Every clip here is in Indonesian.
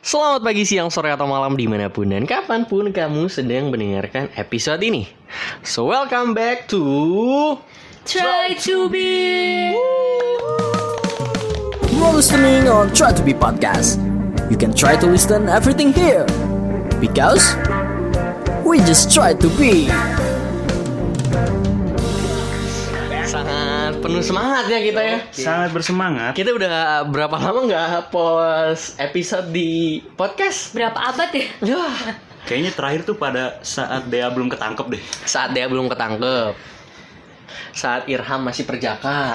Selamat pagi, siang, sore, atau malam dimanapun dan kapanpun kamu sedang mendengarkan episode ini. So welcome back to Try to be. You are listening on Try to Be podcast. You can try to listen everything here because we just try to be. Sangat penuh semangat ya kita ya. Sangat bersemangat. Kita udah berapa lama nggak post episode di podcast? Berapa abad ya? Wah, Kayaknya terakhir tuh pada saat Dea belum ketangkep deh. saat dia belum ketangkep, saat Irham masih perjaka.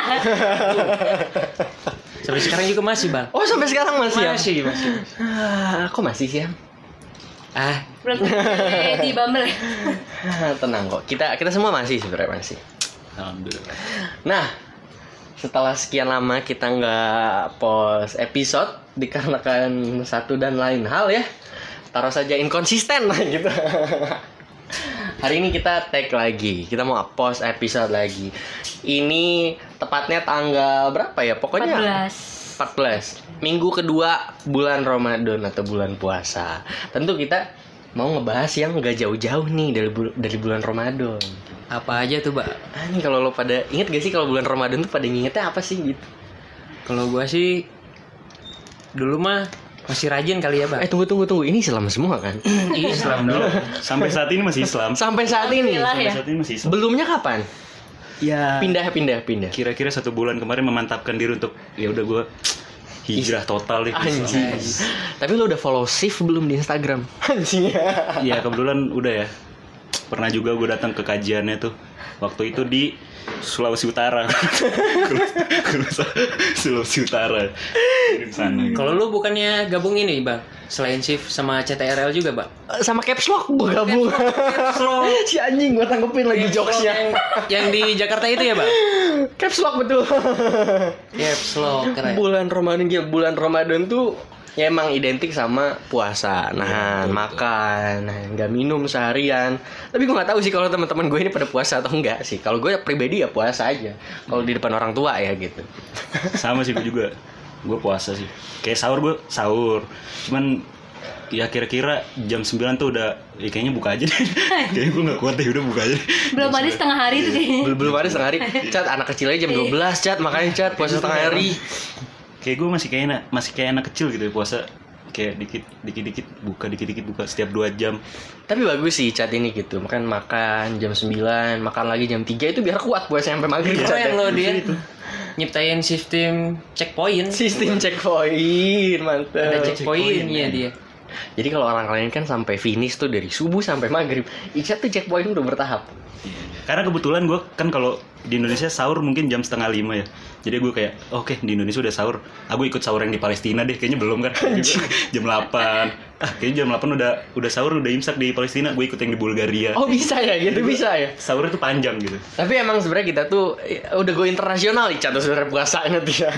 Sampai sekarang juga masih, Bang. Oh, sampai sekarang masih ya? Masih. Kok masih sih ya? Berarti di Bumble ya? Tenang kok, kita semua masih sebenarnya masih. Alhamdulillah. Nah, setelah sekian lama kita nggak post episode dikarenakan satu dan lain hal ya, taruh saja inkonsisten lah gitu. Hari ini kita tag lagi, kita mau post episode lagi. Ini tepatnya tanggal berapa ya? Pokoknya 14. Minggu kedua bulan Ramadan atau bulan puasa. Tentu kita mau ngebahas yang nggak jauh-jauh nih dari bulan Ramadan. Apa aja tuh, Mbak? Nih kalau lo pada inget gak sih kalau bulan Ramadan tuh pada ngingetnya apa sih gitu? Kalau gua sih dulu mah masih rajin kali ya, Mbak. Tunggu. Ini Islam semua kan? Islam dulu. Sampai saat ini masih Islam. Sampai saat ini. Alhamdulillah Sampai ya. saat ini masih Islam. Belumnya kapan? Ya. Pindah. Kira-kira 1 bulan kemarin memantapkan diri untuk ya udah gue hijrah total deh. Anjing. Tapi lo udah follow Sif belum di Instagram? Anjing. Iya kebetulan udah ya. Pernah juga gue datang ke kajiannya tuh. Waktu itu di Sulawesi Utara. Sulawesi Utara. Di sana. Kalau lu bukannya gabung ini, Bang? Selain shift sama CTRL juga, Bang? Sama Caps Lock gue gabung. Si anjing gue tanggepin lagi jokesnya. Yang di Jakarta itu ya, Bang? Caps Lock betul. Caps Lock, keren. Bulan Ramadan tuh ya emang identik sama puasa, nahan makan, nahan nggak minum seharian. Tapi gue nggak tahu sih kalau teman-teman gue ini pada puasa atau enggak sih. Kalau gue pribadi ya puasa aja. Kalau di depan orang tua ya gitu. Sama sih gue juga. Gue puasa sih. Kayak gue sahur. Cuman ya kira-kira jam 9 tuh udah kayaknya buka aja deh. Kayaknya gue gak kuat deh, udah buka aja. Belum ada setengah hari tuh kayaknya. Belum ada setengah hari. Cat anak kecil aja jam 12 cat, makanya cat puasa setengah hari. Kayak gue masih kayak anak kecil gitu ya puasa. Kayak dikit-dikit buka setiap 2 jam. Tapi bagus sih cat ini gitu. Makan jam 9, makan lagi jam 3 itu biar kuat puasa sampai maghrib. Keren loh dia. Nyiptain sistem checkpoint. Sistem checkpoint, mantap. Ada checkpointnya dia. Jadi kalau orang lain kan sampai finish tuh dari subuh sampai maghrib. Icat tuh checkpoint udah bertahap. Karena kebetulan gue kan kalau di Indonesia sahur mungkin jam 4:30 ya. Jadi gue kayak oke, di Indonesia udah sahur. Aku ikut sahur yang di Palestina deh. Kayaknya belum kan. Jam 8. Kayaknya jam 8 udah sahur, udah imsak di Palestina. Gue ikut yang di Bulgaria. Oh bisa ya gitu, bisa ya. Sahurnya tuh panjang gitu. Tapi emang sebenarnya kita tuh udah go internasional Icat tuh sebenarnya puasanya tuh ya.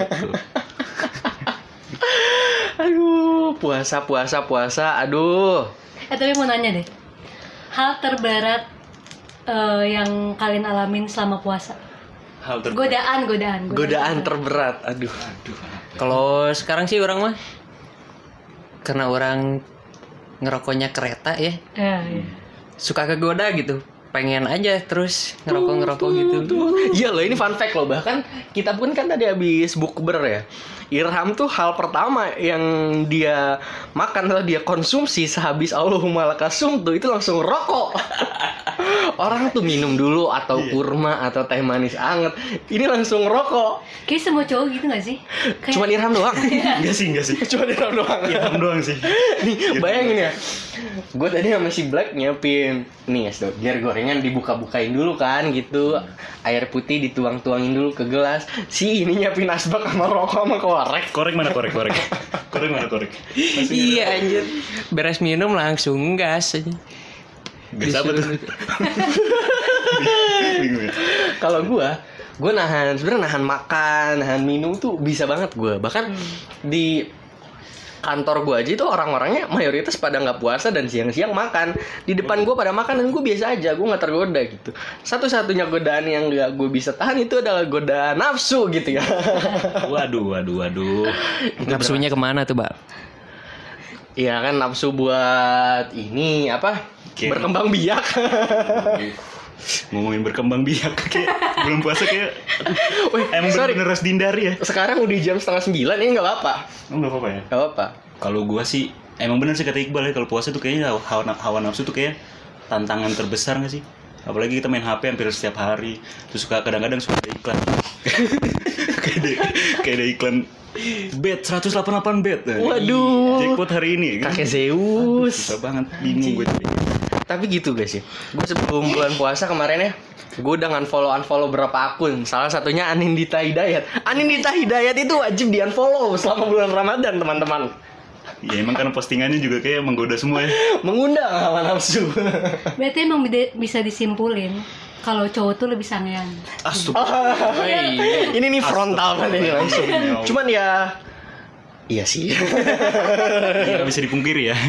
Aduh, puasa. Aduh. Tapi mau nanya deh. Hal terberat yang kalian alamin selama puasa? Hal Godaan terberat. Aduh. Kalau sekarang sih orang mah karena orang ngerokoknya kereta ya, Iya. suka kegoda gitu. Pengen aja terus ngerokok gitu. Iya loh, ini fun fact loh. Bahkan kita pun kan tadi habis bukber ya. Irham tuh hal pertama yang dia makan atau dia konsumsi sehabis Allahumma lakasum tuh itu langsung rokok. Orang tuh minum dulu atau kurma atau teh manis anget. Ini langsung rokok. Kayak semua cowok gitu gak sih? Cuman Irham doang. Enggak sih. Cuman Irham doang. Irham doang sih. Nih bayangin ya. Gue tadi sama si Black nyiapin nih es doger gorengan dibuka-bukain dulu kan gitu. Air putih dituang-tuangin dulu ke gelas. Si ini nyiapin asbak sama rokok sama korek. Korek mana korek? Korek mana korek? Iya anjir. Beres minum langsung gas aja. Gas apa tuh? Bingung ya? Kalau gue sebenarnya nahan makan, nahan minum tuh bisa banget gue. Bahkan di kantor gue aja itu orang-orangnya mayoritas pada nggak puasa dan siang-siang makan. Di depan gue pada makan dan gue biasa aja, gue nggak tergoda gitu. Satu-satunya godaan yang nggak gue bisa tahan itu adalah godaan nafsu gitu ya. Waduh. Nafsunya kemana tuh, Mbak? Iya kan nafsu buat ini apa? Kayak- Berkembang biak. Ngomongin berkembang biak kayak belum puasa kayak Wih, emang sorry. bener-bener harus dihindari ya. Sekarang udah jam 8:30 ini nggak apa-apa. Enggak apa-apa ya. Nggak apa-apa. Kalau gua sih emang bener sih kata Iqbal ya, kalau puasa tuh kayaknya hawa nafsu tuh kayak tantangan terbesar nggak sih? Apalagi kita main HP hampir setiap hari. Terus kadang-kadang suka ada iklan. kayak ada iklan bet 188 bet. Waduh. Jackpot hari ini. Kakek Zeus. Susah banget, bingung gue. Tapi gitu guys ya. Gue sebelum bulan puasa kemarin ya, gue udah unfollow berapa akun. Salah satunya Anindita Hidayat. Anindita Hidayat itu wajib di unfollow selama bulan Ramadan teman-teman. Ya emang karena postingannya juga kayak menggoda semua ya. Mengundang hawa nafsu. Berarti emang bisa disimpulin kalau cowok tuh lebih sangean. Ini nih frontal kan ini langsung. Cuman ya, iya sih. Nggak bisa dipungkiri ya.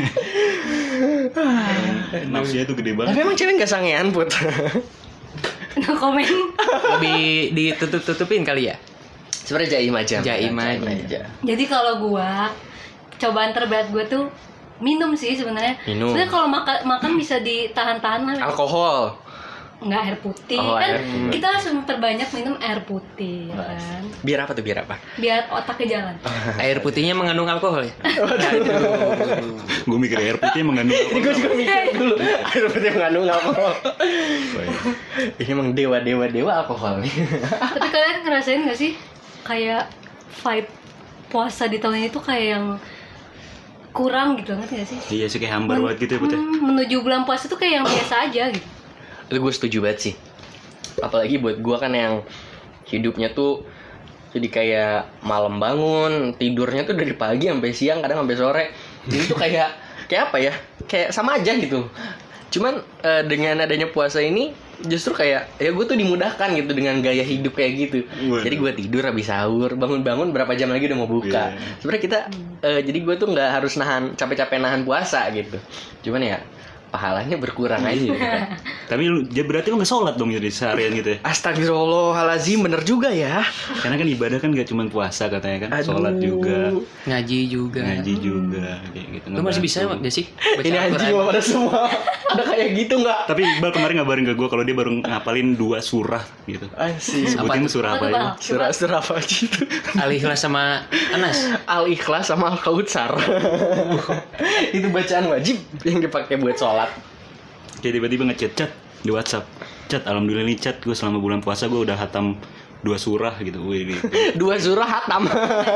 Nafsunya tuh gede Tapi banget. emang cewek nggak sangean Put. No komen. Lebih ditutup-tutupin kali ya. Sebenarnya jaim aja. Jaim aja. Jadi kalau gua cobaan terberat gua tuh minum sih sebenarnya. Minum. Sebenarnya kalau makan bisa ditahan-tahan lah. Alkohol. Nggak air putih Oh, kan air putih. kita harus memperbanyak minum air putih ya kan Biar apa tuh? Biar apa? biar otaknya jalan. Air putihnya mengandung alkohol ya. Gue mikir air putih mengandung Ini gue juga mikir dulu. Air putih mengandung alkohol. Ini emang dewa alkohol nih. Tapi kalian ngerasain nggak sih kayak vibe puasa di tahun ini tuh kayak yang kurang gitu, ngerti nggak sih? Iya sih kayak hambar banget gitu ya putih. Menuju bulan puasa tuh kayak yang biasa aja gitu. Itu gue setuju banget sih. Apalagi buat gue kan yang hidupnya tuh jadi kayak malam bangun, tidurnya tuh dari pagi sampai siang, kadang sampai sore. Ini tuh kayak apa ya? Kayak sama aja gitu. Cuman dengan adanya puasa ini justru kayak ya gue tuh dimudahkan gitu dengan gaya hidup kayak gitu. Waduh. Jadi gue tidur habis sahur, bangun-bangun berapa jam lagi udah mau buka. Yeah. Sebenarnya kita jadi gue tuh nggak harus capek-capek nahan puasa gitu. Cuman ya pahalanya berkurang aja. Gitu. Tapi berarti lu nggak sholat dong jadi seharian gitu ya? Astagfirullahaladzim, bener juga ya. Karena kan ibadah kan gak cuma puasa katanya kan, Aduh. sholat juga, Ngaji juga. ngaji juga, kayak gitu. Lu masih bisa gak sih? Baca Ini anjing Al-Quran? pada semua. Ada kayak gitu nggak? Tapi Iqbal kemarin ngabarin ke gue kalau dia baru ngapalin 2 surah gitu. Asik. Sebutin surah apa Apa tuh, aja? Bang? Surah apa aja itu? Al-Ikhlas sama Anas. Al-Ikhlas sama Al-Kautsar. Itu bacaan wajib yang dipakai buat sholat. Dia tiba-tiba ngechat di WhatsApp. Chat, alhamdulillah nih chat gue selama bulan puasa gue udah hatam 2 surah gitu. Wih, ini. 2 surah hatam.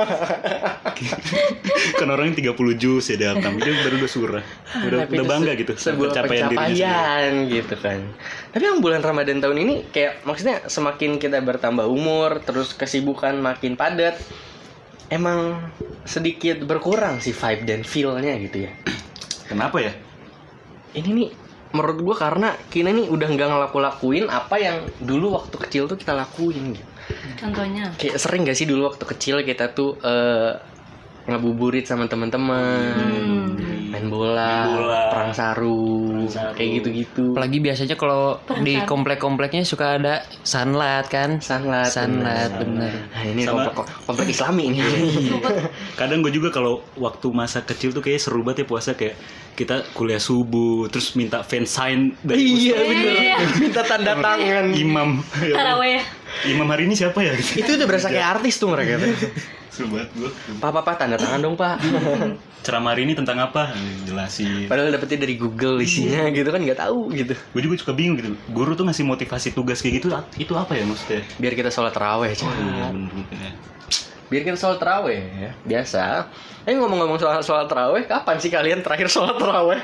Kan orangnya 30 juz ya dia hatam. Dia baru 2 surah. Udah Tapi itu bangga gitu. Sebuah pencapaian dirinya sendiri. pencapaian gitu kan. Tapi yang bulan Ramadan tahun ini kayak maksudnya semakin kita bertambah umur, terus kesibukan makin padat, emang sedikit berkurang sih vibe dan feel-nya gitu ya. Kenapa ya? Ini nih menurut gua karena kita nih udah nggak ngelakuin apa yang dulu waktu kecil tuh kita lakuin gitu. Contohnya Kayak sering gak sih dulu waktu kecil kita tuh ngabuburit sama teman-teman, main bola, perang sarung, kayak gitu-gitu. Apalagi biasanya kalau di komplek-kompleknya suka ada sanlat kan? Sanlat bener. Nah ini Sama- komplek Islami ini. Kadang gue juga kalau waktu masa kecil tuh kayak seru banget ya puasa, kayak kita kuliah subuh terus minta fansign dari Iya bener. Minta tanda tangan. imam. taraweh. Imam hari ini siapa ya? Itu udah berasa kayak artis tuh mereka. Seru banget gue. Pak tanda tangan dong pak. Ceramah hari ini tentang apa? Jelasin. Padahal dapetnya dari Google isinya gitu kan nggak tahu gitu. Gue juga suka bingung gitu. Guru tuh ngasih motivasi tugas kayak gitu, itu apa ya maksudnya? Biar kita sholat taraweh. Cak. Iya bener-bener. Biar kita sholat taraweh ya. Biasa. Ngomong-ngomong soal sholat taraweh, kapan sih kalian terakhir sholat taraweh?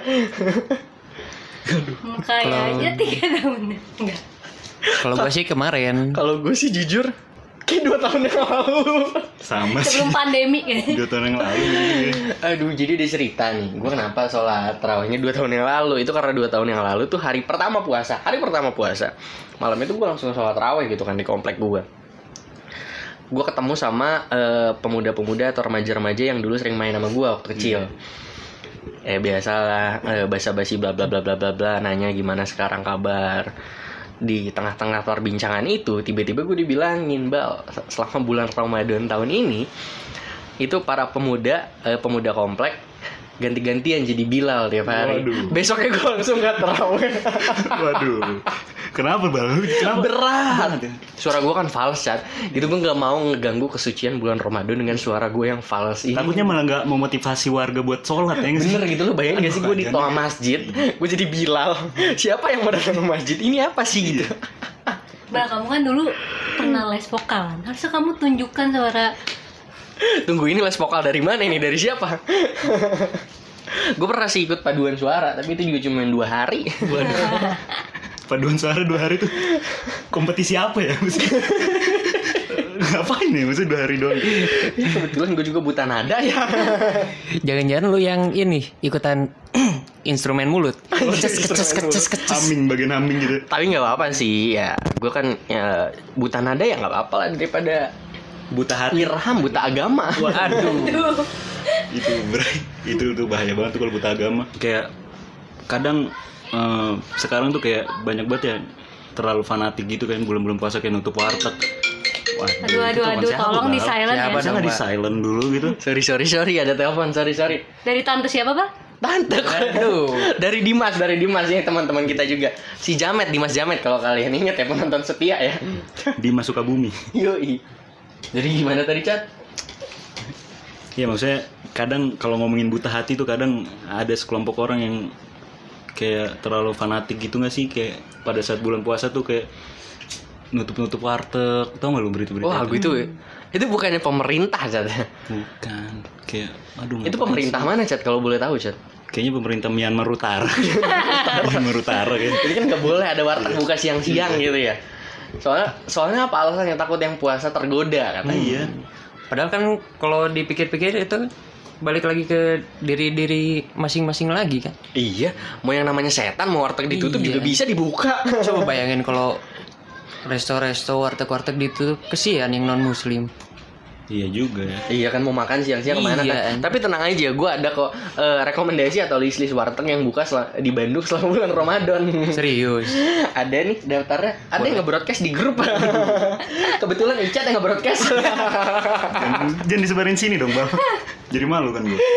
Kayaknya 3 tahun. Enggak. Kalau gue sih kemarin. Kalau gue sih jujur, kayak 2 tahun yang lalu. Sama sih. Sebelum pandemi kayaknya. 2 tahun yang lalu. Aduh, jadi dia cerita nih. Gue kenapa sholat tarawehnya 2 tahun yang lalu. Itu karena 2 tahun yang lalu tuh hari pertama puasa. Malam itu gue langsung sholat taraweh gitu kan di komplek gue. Gue ketemu sama pemuda-pemuda atau remaja-remaja yang dulu sering main sama gue waktu kecil. Biasalah basa-basi bla bla bla bla bla bla, nanya gimana sekarang kabar. Di tengah-tengah perbincangan itu tiba-tiba gue dibilangin, Bal, selama bulan Ramadan tahun ini itu para pemuda komplek ganti-gantian jadi Bilal tiap hari. Waduh. Besoknya gue langsung gak terawih. Waduh. Kenapa Bang? Kenapa? Berat. ya? Suara gue kan fals, Chat. Gitu gue gak mau ngeganggu kesucian bulan Ramadan dengan suara gue yang fals ini. Takutnya malah nggak memotivasi warga buat sholat ya nggak sih? Bener gitu, lu bayangin gak sih gue di Aduh, toa masjid, gue jadi Bilal. Siapa yang mau datang ke masjid? Ini apa sih gitu? Bah, kamu kan dulu pernah les vokal kan? Harusnya kamu tunjukkan suara. Tunggu, ini les vokal dari mana ini? Dari siapa? Gue pernah sih ikut paduan suara, tapi itu juga cuma 2 hari. Paduan suara 2 hari tuh kompetisi apa ya? Maksudnya, ngapain ya? Maksudnya 2 hari doang. Ya, kebetulan gue juga buta nada ya. Jangan-jangan lu yang ini ikutan instrumen mulut. Keces. Humming, bagian humming gitu. Tapi nggak apa-apa sih ya. Gue kan ya, buta nada ya nggak apa-apa lah daripada Buta hati. irham, buta agama. Aduh. itu tuh bahaya banget tuh kalau buta agama. Kayak kadang sekarang tuh kayak banyak banget ya terlalu fanatik gitu kan, bulan-bulan puasa kayak nutup warteg. Aduh, tolong di silent ya. Siapa Bisa nggak di silent dulu gitu? Sorry ada telepon, sorry. Dari tante siapa, Pak? Tante. Aduh. Dari Dimas ini teman-teman kita juga. Si Dimas Jamet kalau kalian ingat ya, penonton setia ya. Di Sukabumi. Yoi. Jadi gimana tadi, Chat? Ya maksudnya kadang kalau ngomongin buta hati tuh kadang ada sekelompok orang yang kayak terlalu fanatik gitu nggak sih, kayak pada saat bulan puasa tuh kayak nutup warteg. Tau nggak lu berita-berita? Wah, gitu. Itu bukannya pemerintah, Chat? Bukan. Kayak aduh. Itu pemerintah mana, Chat? Kalau boleh tahu, Chat? Kayaknya pemerintah Myanmar Utara. Myanmar Utara kan. Jadi kan nggak boleh ada warteg buka siang-siang gitu ya. Soalnya apa alasannya? Takut yang puasa tergoda katanya. Iya. Padahal kan kalau dipikir-pikir itu balik lagi ke diri masing-masing lagi kan. Iya, mau yang namanya setan mau warteg ditutup Iya. juga bisa dibuka. Coba bayangin kalau resto-resto, warteg-warteg ditutup, kesian yang non muslim. Iya juga ya. Iya kan mau makan siang-siang kemana Iya. kan. Tapi tenang aja, gue ada kok rekomendasi atau list warteg yang buka di Bandung selama bulan Ramadan. Serius. Ada nih daftarnya. Ada yang nge-broadcast di grup. Kebetulan Icat yang nge-broadcast. Jangan disebarin sini dong, Bang. Jadi malu kan gue.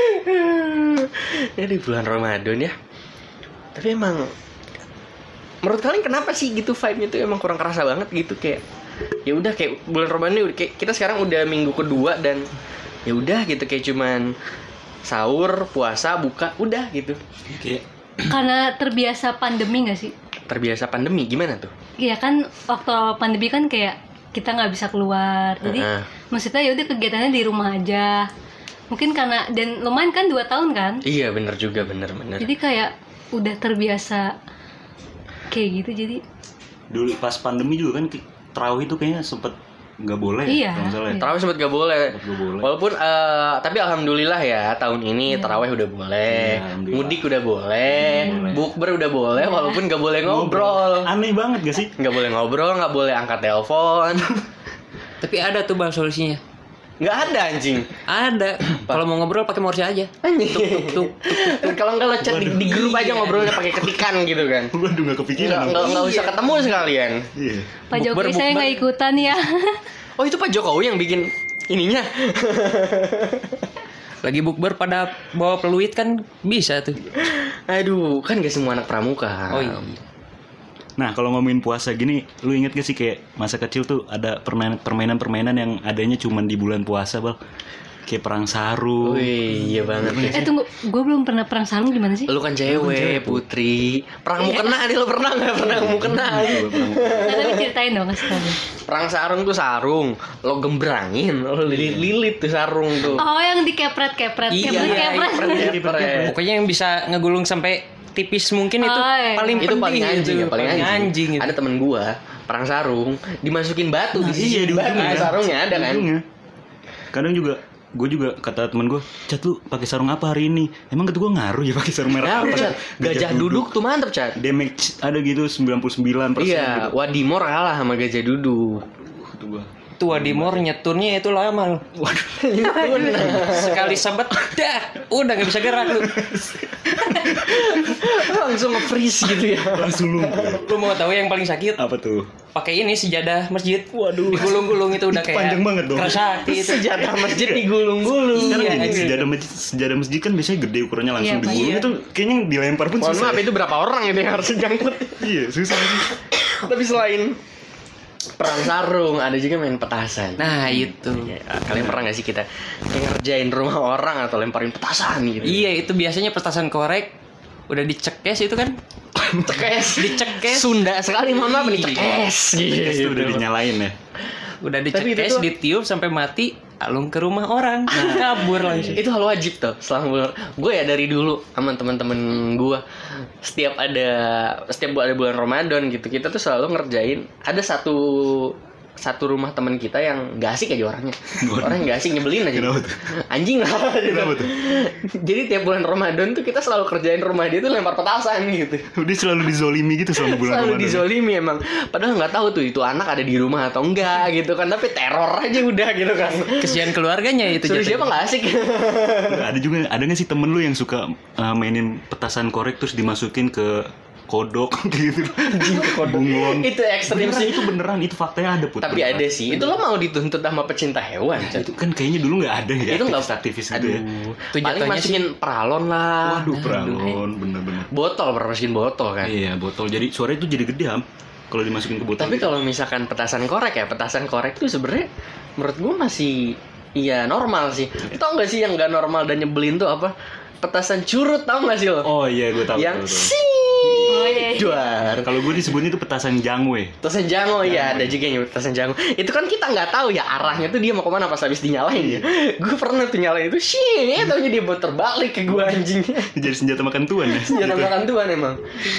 Ya di bulan Ramadan ya. Tapi emang menurut kalian kenapa sih gitu vibe-nya tuh emang kurang kerasa banget gitu, kayak ya udah kayak bulan Ramadan ini kayak kita sekarang udah minggu kedua dan ya udah gitu kayak cuman sahur, puasa, buka, udah gitu. Kayak Karena terbiasa pandemi nggak sih? Terbiasa pandemi gimana tuh? Iya kan, waktu pandemi kan kayak kita nggak bisa keluar, jadi maksudnya ya udah kegiatannya di rumah aja. Mungkin karena dan lumayan kan 2 tahun kan, Iya bener juga bener. jadi kayak udah terbiasa kayak gitu. Jadi dulu pas pandemi juga kan tarawih itu kayaknya sempet nggak boleh. Iya. Kalau nggak salah ya. Tarawih sempat gak boleh. Nggak boleh. Walaupun tapi alhamdulillah ya tahun ini tarawih udah boleh, Iya, alhamdulillah. mudik udah boleh, bukber udah boleh, walaupun gak boleh ngobrol. Aneh banget gak sih? Nggak boleh ngobrol, nggak boleh angkat telepon. Tapi ada tuh Bang solusinya. Nggak ada anjing. Ada. Kalau mau ngobrol pakai Morse aja. Anjing. Tuk. Kalau nggak lo chat di grup aja ngobrolnya pakai ketikan gitu kan. Waduh, nggak kepikiran. Nggak usah ketemu sekalian. Iya. Pak Jokowi saya nggak ikutan ya. Oh itu Pak Jokowi yang bikin ininya. Lagi bukber pada bawa peluit kan bisa tuh. Aduh, kan gak semua anak pramuka. Oh iya. Nah, kalau ngomongin puasa gini, lu inget gak sih kayak masa kecil tuh ada permainan-permainan yang adanya cuman di bulan puasa, Bal? Kayak perang sarung. Wih, iya banget ya. Tunggu, gue belum pernah perang sarung gimana sih? Lu kan cewek, Putri. Perang mukena nih, lu pernah nggak pernah mukena? Nah, tapi ceritain dong, kasih tau. Perang sarung tuh sarung, lo gembrangin, lo lilit-lilit tuh sarung tuh. Oh, yang dikepret-kepret, kepret-kepret. Pokoknya yang bisa ngegulung sampai tipis mungkin itu Oh, iya. paling Itu penting paling anjing itu. ya, paling anjing. itu. Ada temen gua perang sarung, dimasukin batu di sisi di batu ujungnya. sarungnya ada kan? Ujungnya. Kadang juga gue juga kata temen gue, Cat lu pakai sarung apa hari ini? Emang kata gue ngaruh ya pakai sarung merah? Ya, apa? Cat. Gajah duduk tuh mantep, Cat. Damage ada gitu 99%. Iya, gitu. Wadimor kalah sama gajah duduk. Kata gue. Tuh Wadimor nyeturnya itu lama loh. Waduh, Sekali sebet dah, udah nggak bisa gerak lu. Langsung nge-freeze gitu ya. Langsung lumpuh. Lu mau tahu yang paling sakit? Apa tuh? Pakai ini sejadah masjid. Waduh. Digulung-gulung itu udah Itu kayak panjang banget dong. Kerasakti itu. Sejadah masjid digulung-gulung. Sekarang Iya, gini, iya. sejadah masjid kan biasanya gede ukurannya langsung Iya, digulung iya. itu kayaknya dilempar pun Mohon susah. maaf itu berapa orang itu yang harus dijangkut. Iya, susah sih. Tapi selain perang sarung, ada juga main petasan. Nah, itu. Ya, kalian pernah gak sih kita ngerjain rumah orang atau lemparin petasan gitu? Iya, itu biasanya petasan korek udah dicekes itu kan. Cekes. Dicekes. Sunda sekali, mohon maaf nih, cekes. Itu Gitu. udah dinyalain ya. Udah Tapi itu dicekes, tuh- ditiup sampai mati, alung ke rumah orang. Kabur langsung. Itu hal wajib tuh selama gue ya dari dulu sama teman-teman gue setiap ada bulan Ramadan gitu kita tuh selalu ngerjain ada satu rumah teman kita yang gak asik aja orangnya. Orang yang gak asik nyebelin aja. Kenapa tuh? Anjing lah gitu. Kenapa tuh? Jadi tiap bulan Ramadan tuh kita selalu kerjain rumah dia tuh lempar petasan gitu. Dia selalu dizolimi gitu selama bulan Selalu Ramadan. dizolimi emang. Padahal nggak tahu tuh itu anak ada di rumah atau enggak gitu kan. Tapi teror aja udah gitu kan. Kesian keluarganya itu Suruh jatuhnya. siapa nggak asik. Ada nggak sih temen lu yang suka mainin petasan korek terus dimasukin ke kodok gitu? Bunglon. Itu ekstrim Beneran, sih. itu beneran, itu faktanya ada Put. Tapi ada sih. Itu lo mau dituntut sama pecinta hewan. Chan. Itu kan kayaknya dulu nggak ada ya. Itu nggak aktivis gitu aduh. ya. Itu Paling jatuhnya masukin peralon lah. Waduh, peralon, bener-bener. Botol, pernah masukin botol kan. Iya, botol. Jadi suara itu jadi gede Ham kalau dimasukin ke botol. Tapi kalau misalkan petasan korek tuh sebenarnya menurut gue masih iya normal sih. Tau nggak sih yang nggak normal dan nyebelin tuh apa? Petasan curut, tau nggak sih lo? Oh iya, gue tahu. Yang tahu. sih Oh, iya. juar. Kalau gue disebutnya itu petasan jangwe. Petasan jango ya, ada juga yang petasan jango. Itu kan kita nggak tahu ya arahnya tuh dia mau kemana pas habis dinyalain ya. Gue pernah tuh nyalain itu sih, taunya dia buat terbalik ke gue anjing. Jadi senjata makan tuan ya. Senjata Gitu. makan tuan emang.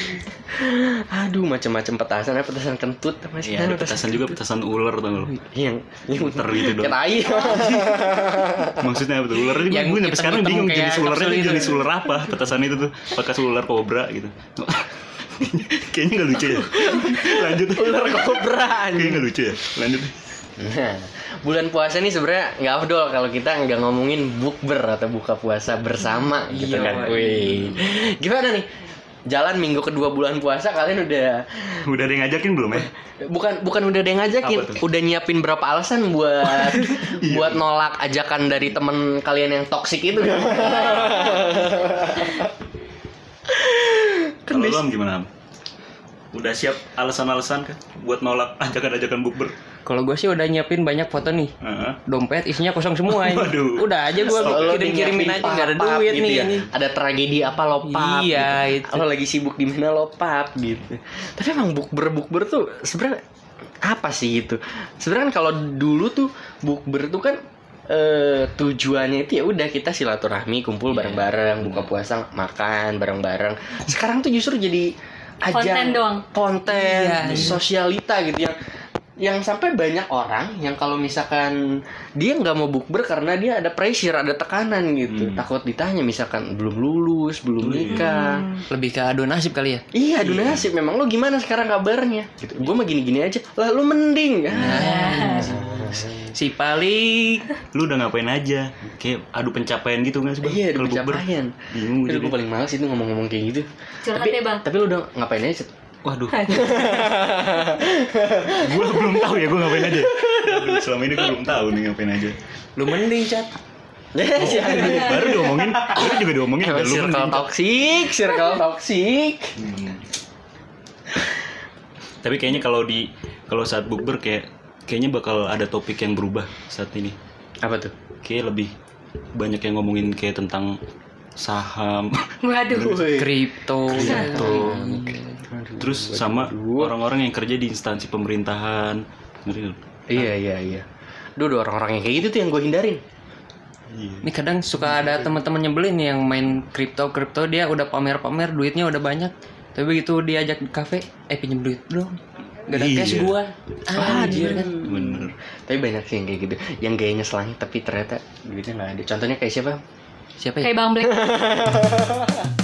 Aduh macam-macam petasan, ada petasan kentut sama sih. Iya, ada petasan juga, petasan ular tau gak lu? yang Muter gitu dong. kayak tai. Maksudnya apa tuh? Ular juga Yang gue sampai sekarang hitam-hitam bingung kayak jenis ularnya kapsul itu itu. jenis ular apa? Petasan itu tuh apakah ular kobra gitu. Kayaknya gak lucu ya. Lanjut. Ular kobra Kayaknya anjing. gak lucu ya. Lanjut. Nah, bulan puasa nih sebenarnya nggak afdol kalau kita nggak ngomongin bukber atau buka puasa bersama gitu Iya, kan. iya. Wih. Gimana nih? Jalan minggu kedua bulan puasa kalian udah Udah ada yang ngajakin belum ya? bukan udah ada yang ngajakin, Apa tuh? udah nyiapin berapa alasan buat buat nolak ajakan dari teman kalian yang toksik itu kan? Kalau lu Am, gimana Am? Udah siap alasan-alasan kan buat nolak ajakan-ajakan bukber? Kalau gue sih udah nyiapin banyak foto nih. Heeh. Dompet isinya kosong semua ini. Waduh. Udah aja gue Lo kirim-kirimin nyiapin aja nggak ada pap duit gitu nih ya. ini. Ada tragedi apa lo pap Iya, gitu. itu. Lo lagi sibuk di mana lo pap gitu. Tapi emang bukber tuh sebenarnya apa sih itu? Sebenarnya kan kalau dulu tuh bukber tuh kan tujuannya itu ya udah kita silaturahmi, kumpul bareng-bareng, buka puasa, makan bareng-bareng. Sekarang tuh justru jadi Konten doang. konten, Iya, iya. sosialita gitu yang sampai banyak orang yang kalau misalkan dia nggak mau bukber karena dia ada pressure, ada tekanan gitu, takut ditanya misalkan belum lulus, belum nikah. Lebih ke adu nasib kali ya. Iya, adu nasib. Memang lo gimana sekarang kabarnya? Gitu. Gue mah gini-gini aja. Lah lu mending. Si paling Lu udah ngapain aja? Kayak adu pencapaian gitu nggak sih Bang? Iya, ada Kalau bukber? pencapaian. Bingung Aduh, jadi. gue paling males itu ngomong-ngomong kayak gitu. Curhat Tapi, deh, Bang. tapi lu udah ngapain aja? Cet? Waduh. Gue belum tahu ya gue ngapain aja. Selama ini gue belum tahu nih ngapain aja. lu mending cat. Baru diomongin, baru juga diomongin. Emang udah lu circle mending. toxic, Hmm. Tapi kayaknya kalau saat bukber kayaknya bakal ada topik yang berubah saat ini. Apa tuh? Kayak lebih banyak yang ngomongin kayak tentang saham, Waduh. Kripto. terus sama orang-orang yang kerja di instansi pemerintahan. Ngeri nggak? Iya. Duh, orang-orang yang kayak gitu tuh yang gue hindarin. Ini kadang suka ada teman-teman nyebelin nih yang main kripto dia udah pamer-pamer duitnya udah banyak. Tapi begitu diajak di kafe, pinjem duit dong. Gak ada cash Iya. gua. Anjir kan. Bener. Tapi banyak sih yang kayak gitu, yang gayanya selangit tapi ternyata duitnya nggak ada. Contohnya kayak siapa? Siapa ya? Kayak Bang Black.